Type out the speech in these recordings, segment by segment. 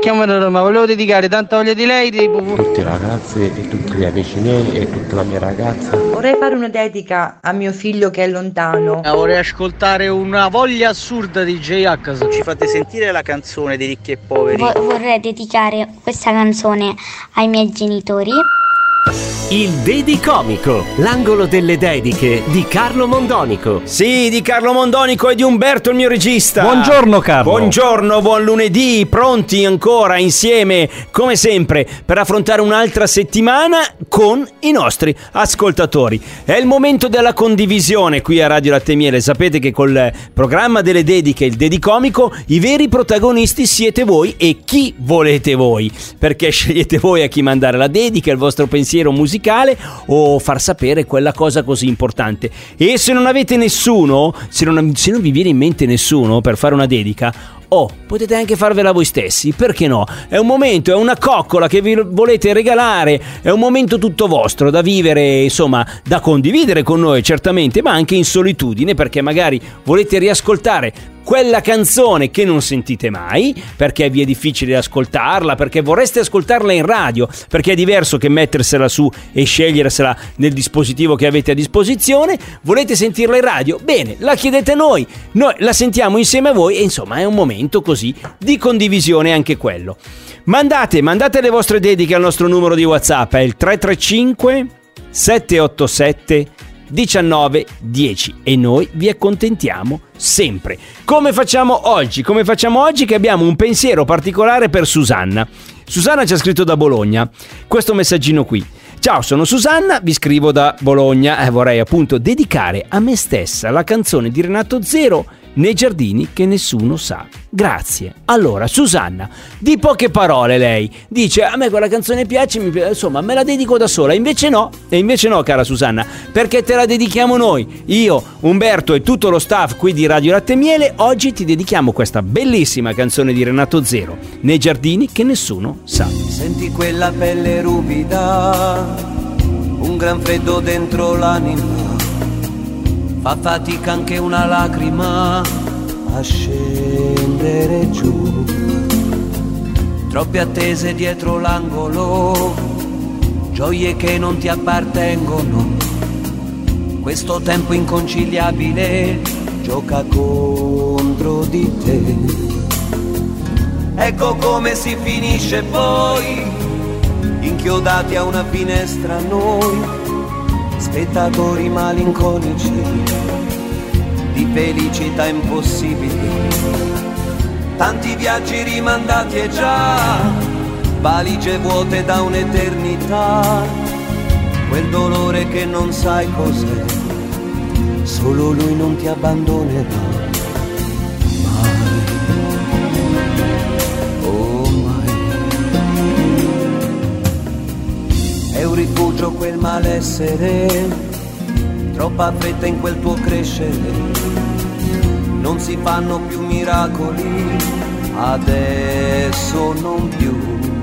chiamo da Roma, volevo dedicare tanta voglia di lei tutte le ragazze e tutti gli amici miei e tutta la mia ragazza. Vorrei fare una dedica a mio figlio che è lontano. Vorrei ascoltare una voglia assurda di J-H. Ci fate sentire la canzone dei ricchi e poveri? Vorrei dedicare questa canzone ai miei genitori. Il Dedicomico, l'angolo delle dediche di Carlo Mondonico. Sì, di Carlo Mondonico e di Umberto, il mio regista. Buongiorno Carlo. Buongiorno, buon lunedì, pronti ancora insieme, come sempre, per affrontare un'altra settimana con i nostri ascoltatori. È il momento della condivisione qui a Radio Latte e Miele. Sapete che col programma delle dediche, il Dedicomico, i veri protagonisti siete voi e chi volete voi, perché scegliete voi a chi mandare la dedica, il vostro pensiero musicale o far sapere quella cosa così importante. E se non avete nessuno, se non vi viene in mente nessuno per fare una dedica, potete anche farvela voi stessi, perché no? È un momento, è una coccola che vi volete regalare, è un momento tutto vostro da vivere, insomma, da condividere con noi certamente, ma anche in solitudine, perché magari volete riascoltare quella canzone che non sentite mai, perché vi è difficile ascoltarla, perché vorreste ascoltarla in radio, perché è diverso che mettersela su e scegliersela nel dispositivo che avete a disposizione. Volete sentirla in radio? Bene, la chiedete a noi la sentiamo insieme a voi e insomma è un momento così di condivisione anche quello. Mandate le vostre dediche al nostro numero di WhatsApp, è il 335 787 1910 e noi vi accontentiamo sempre. Come facciamo oggi? Che abbiamo un pensiero particolare per Susanna. Susanna ci ha scritto da Bologna questo messaggino qui. Ciao, sono Susanna, vi scrivo da Bologna e vorrei appunto dedicare a me stessa la canzone di Renato Zero, Nei giardini che nessuno sa. Grazie. Allora, Susanna, di poche parole lei dice: a me quella canzone piace, insomma, me la dedico da sola. Invece no, cara Susanna, perché te la dedichiamo noi. Io, Umberto e tutto lo staff qui di Radio Latte e Miele, oggi ti dedichiamo questa bellissima canzone di Renato Zero, Nei giardini che nessuno sa. Senti quella pelle ruvida, un gran freddo dentro l'anima, fa fatica anche una lacrima a scendere giù, troppe attese dietro l'angolo, gioie che non ti appartengono, questo tempo inconciliabile gioca contro di te. Ecco come si finisce poi, inchiodati a una finestra noi, spettatori malinconici di felicità impossibili, tanti viaggi rimandati e già valigie vuote da un'eternità, quel dolore che non sai cos'è, solo lui non ti abbandonerà mai, oh mai. È un rifugio quel malessere, troppa fretta in quel tuo crescere, non si fanno più miracoli, adesso non più.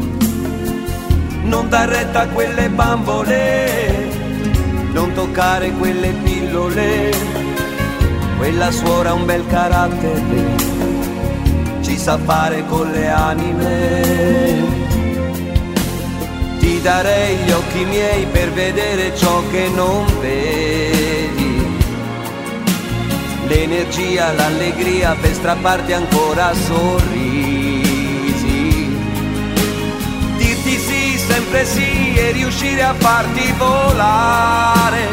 Non dar retta a quelle bambole, non toccare quelle pillole, quella suora ha un bel carattere, ci sa fare con le anime. Ti darei gli occhi miei per vedere ciò che non vedi, l'energia, l'allegria per strapparti ancora sorrisi, dirti sì, sempre sì e riuscire a farti volare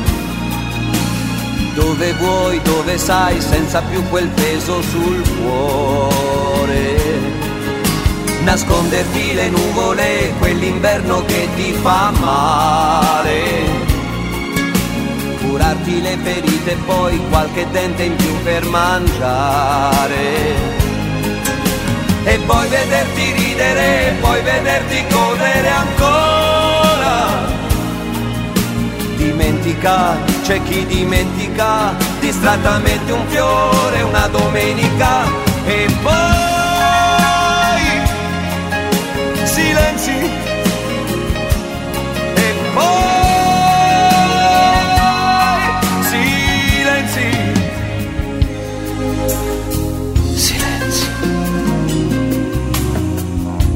dove vuoi, dove sai, senza più quel peso sul cuore, nasconderti le nuvole, quell'inverno che ti fa male, curarti le ferite e poi qualche dente in più per mangiare, e poi vederti ridere, poi vederti correre ancora. Dimentica, c'è chi dimentica distrattamente un fiore, una domenica, e poi silenzi, e poi silenzi, silenzi.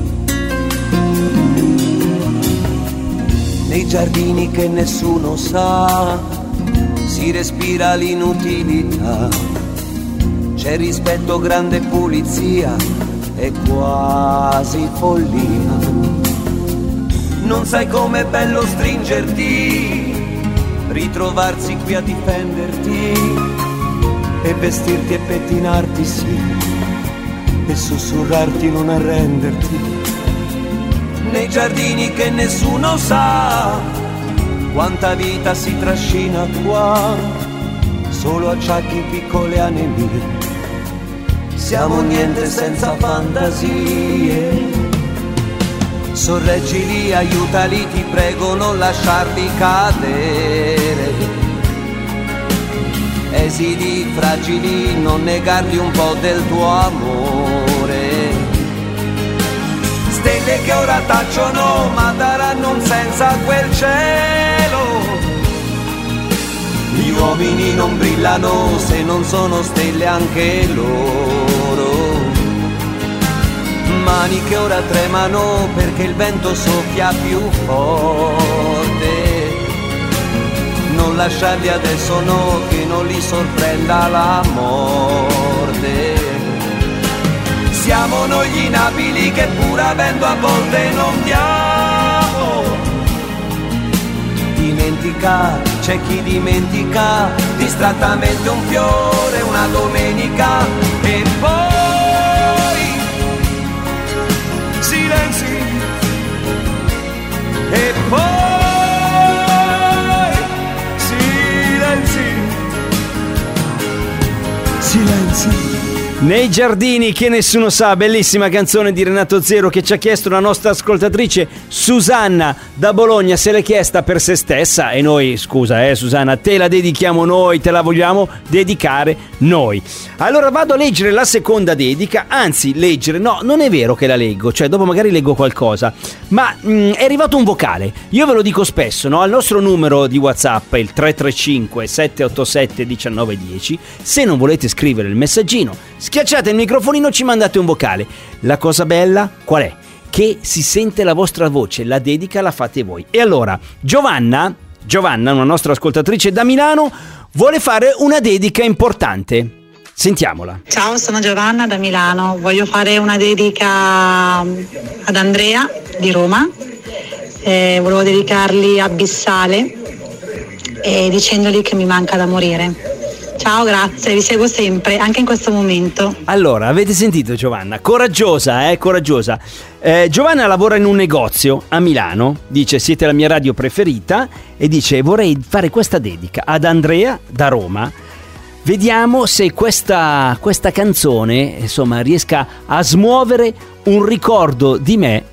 giardini che nessuno sa, si respira l'inutilità, c'è rispetto, grande pulizia e quasi follia. Non sai com'è bello stringerti, ritrovarsi qui a difenderti e vestirti e pettinarti, sì, e sussurrarti, non arrenderti. Nei giardini che nessuno sa, quanta vita si trascina qua, solo acciacchi, piccole anemie, siamo niente senza fantasie. Sorreggili, aiutali, ti prego, non lasciarli cadere. Esili, fragili, non negargli un po' del tuo amore. Stelle che ora tacciono, ma daranno un senso a quel cielo. Gli uomini non brillano se non sono stelle anche loro. Mani che ora tremano perché il vento soffia più forte. Non lasciarli adesso, no, che non li sorprenda la morte. Siamo noi gli inabili che pur avendo a volte non diamo. Dimentica, c'è chi dimentica distrattamente un fiore una domenica e poi silenzi e poi silenzi. Nei giardini che nessuno sa, bellissima canzone di Renato Zero che ci ha chiesto la nostra ascoltatrice Susanna da Bologna, se l'è chiesta per se stessa e noi, scusa Susanna, te la dedichiamo noi, te la vogliamo dedicare noi. Allora vado a leggere la seconda dedica, anzi leggere, no, non è vero che la leggo, cioè dopo magari leggo qualcosa, ma è arrivato un vocale, io ve lo dico spesso, no? Al nostro numero di WhatsApp, il 335 787 1910, se non volete scrivere il messaggino, schiacciate il microfonino, ci mandate un vocale. La cosa bella qual è? Che si sente la vostra voce, la dedica la fate voi. E allora, Giovanna, una nostra ascoltatrice da Milano, vuole fare una dedica importante. Sentiamola. Ciao, sono Giovanna da Milano. Voglio fare una dedica ad Andrea di Roma. Volevo dedicargli Abissale dicendogli che mi manca da morire. Ciao, grazie, vi seguo sempre, anche in questo momento. Allora, avete sentito Giovanna? Coraggiosa, coraggiosa. Giovanna lavora in un negozio a Milano, dice siete la mia radio preferita e dice vorrei fare questa dedica ad Andrea da Roma. Vediamo se questa canzone, insomma, riesca a smuovere un ricordo di me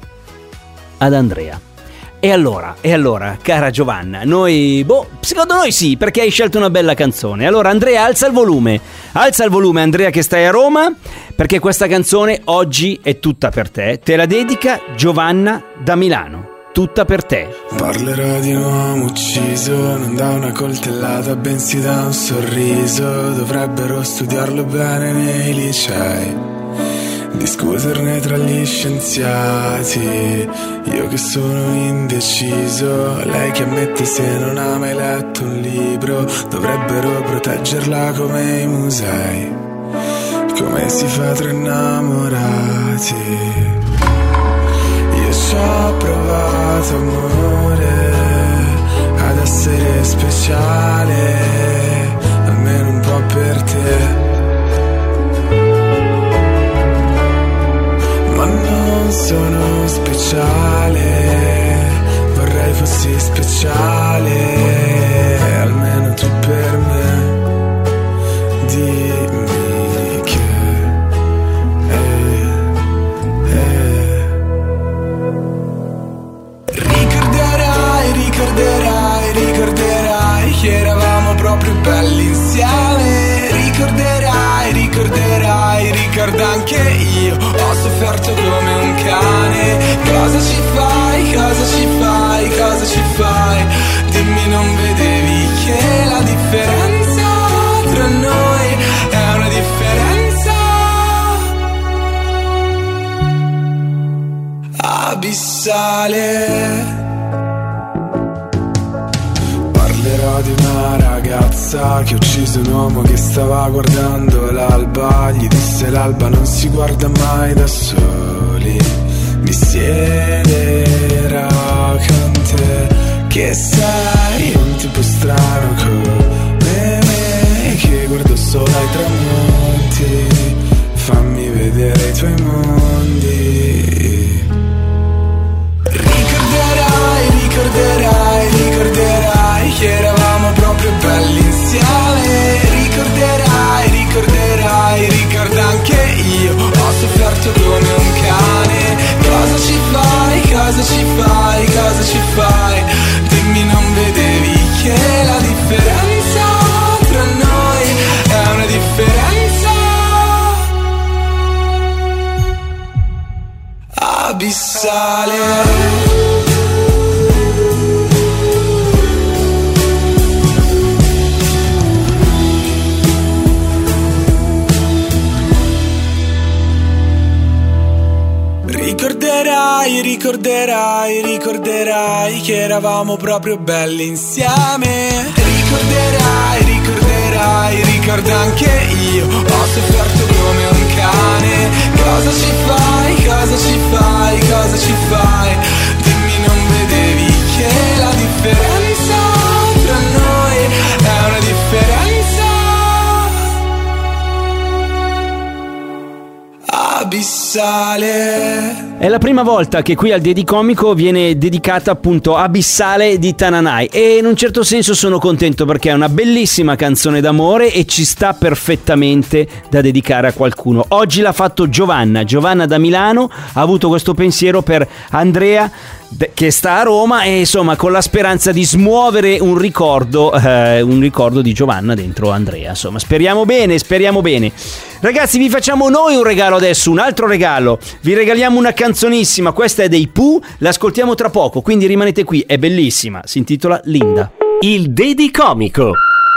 ad Andrea. E allora, cara Giovanna, noi, secondo noi sì, perché hai scelto una bella canzone. Allora Andrea, alza il volume Andrea che stai a Roma, perché questa canzone oggi è tutta per te. Te la dedica Giovanna da Milano, tutta per te. Parlerò di un uomo ucciso, non da una coltellata, bensì da un sorriso. Dovrebbero studiarlo bene nei licei, discuterne tra gli scienziati. Io che sono indeciso, lei che ammette se non ha mai letto un libro. Dovrebbero proteggerla come i musei, come si fa tra innamorati. Io ci ho provato amore, ad essere speciale, almeno un po' per te. Ma non sono speciale, vorrei fossi speciale, almeno tu per me. Dimmi che ricorderai che eravamo proprio belli insieme. Ricorderai, ricorda anche io, ho sofferto come un cane. Cosa ci fai? Dimmi, non vedevi che la differenza tra noi è una differenza abissale. di una ragazza che ha ucciso un uomo che stava guardando l'alba. Gli disse l'alba non si guarda mai da soli. Mi siederò con te, che sei un tipo strano come me, che guardo solo ai tramonti. Fammi vedere i tuoi mondi. Ricorderai che eravamo proprio belli insieme. Ricorda anche io, ho sofferto come un cane. Cosa ci fai? Dimmi, non vedevi che la differenza tra noi è una differenza abissale. Ricorderai che eravamo proprio belli insieme. Ricorda anche io, ho sofferto come un cane. Cosa ci fai? Dimmi, non vedevi che la differenza tra noi è una differenza abissale. È la prima volta che qui al Dedicomico viene dedicata appunto Abissale di Tananai, e in un certo senso sono contento perché è una bellissima canzone d'amore e ci sta perfettamente da dedicare a qualcuno. Oggi l'ha fatto Giovanna da Milano, ha avuto questo pensiero per Andrea che sta a Roma, e insomma con la speranza di smuovere un ricordo di Giovanna dentro Andrea. Insomma, speriamo bene. Ragazzi, vi facciamo noi un regalo adesso, un altro regalo. Vi regaliamo una canzonissima, questa è dei Pooh, l'ascoltiamo tra poco, quindi rimanete qui, è bellissima, si intitola Linda. Il Dedicomico.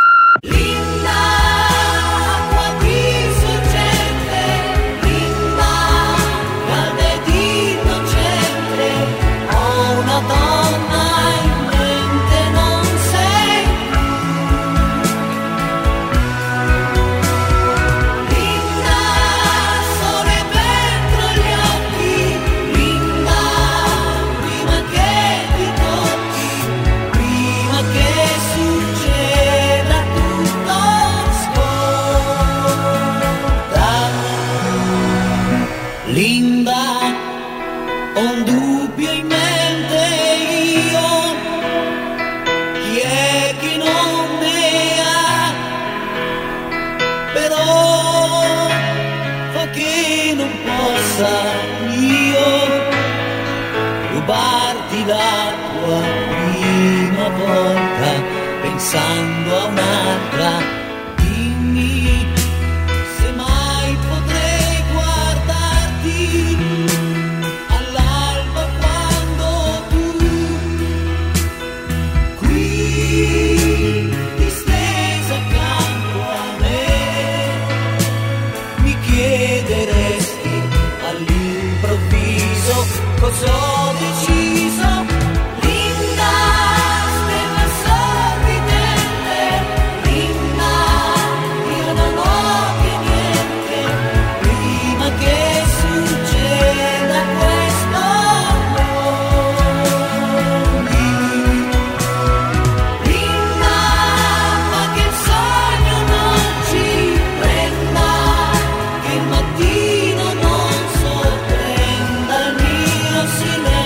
Pensando a un'altra, dimmi se mai potrei guardarti all'alba quando tu qui distesa accanto a me mi chiederesti all'improvviso cosa ho deciso. Silenzio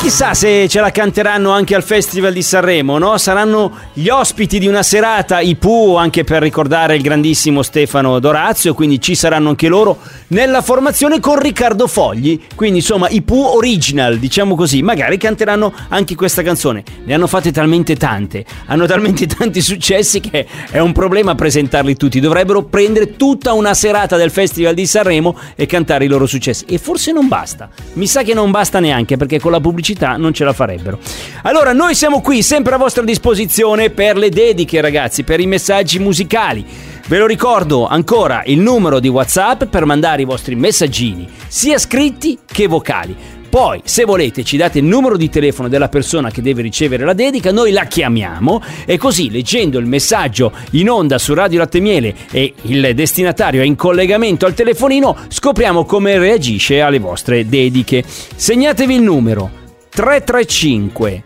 Chissà se ce la canteranno anche al Festival di Sanremo, no? Saranno gli ospiti di una serata, i Pooh, anche per ricordare il grandissimo Stefano Dorazio, quindi ci saranno anche loro nella formazione con Riccardo Fogli, quindi insomma i Pooh original, diciamo così, magari canteranno anche questa canzone. Ne hanno fatte talmente tante, hanno talmente tanti successi che è un problema presentarli tutti, dovrebbero prendere tutta una serata del Festival di Sanremo e cantare i loro successi, e forse non basta, mi sa che non basta neanche, perché con la pubblicità non ce la farebbero. Allora noi siamo qui sempre a vostra disposizione per le dediche, ragazzi, per i messaggi musicali. Ve lo ricordo ancora, il numero di WhatsApp per mandare i vostri messaggini, sia scritti che vocali. Poi, se volete, ci date il numero di telefono della persona che deve ricevere la dedica, noi la chiamiamo e così, leggendo il messaggio in onda su Radio Latte e Miele e il destinatario è in collegamento al telefonino, scopriamo come reagisce alle vostre dediche. Segnatevi il numero 335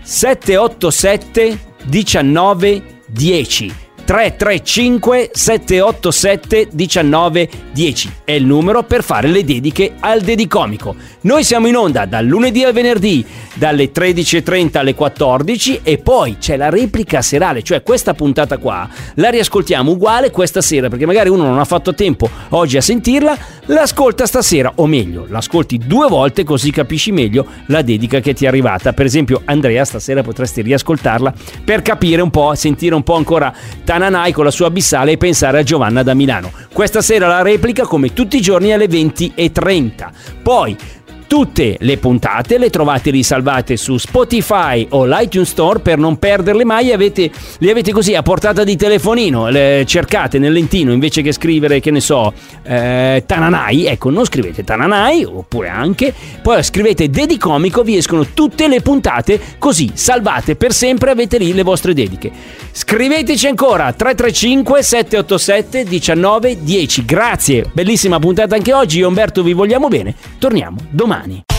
787 1910. 335 787 1910 è il numero per fare le dediche al Dedicomico. Noi siamo in onda dal lunedì al venerdì dalle 13:30 alle 14 e poi c'è la replica serale, cioè questa puntata qua la riascoltiamo uguale questa sera, perché magari uno non ha fatto tempo oggi a sentirla, l'ascolta stasera, o meglio l'ascolti 2 volte così capisci meglio la dedica che ti è arrivata. Per esempio Andrea, stasera potresti riascoltarla per capire un po', sentire un po' ancora Tananai con la sua Abissale e pensare a Giovanna da Milano. Questa sera la replica come tutti i giorni alle 20:30. Poi tutte le puntate le trovate risalvate su Spotify o l'iTunes Store per non perderle mai. Le avete così a portata di telefonino, le cercate nel lentino invece che scrivere, che ne so, Tananai, ecco, non scrivete Tananai, oppure anche poi scrivete Dedicomico, vi escono tutte le puntate così salvate per sempre, avete lì le vostre dediche. Scriveteci ancora 335 787 1910. Grazie, bellissima puntata anche oggi. Io e Umberto vi vogliamo bene, torniamo domani.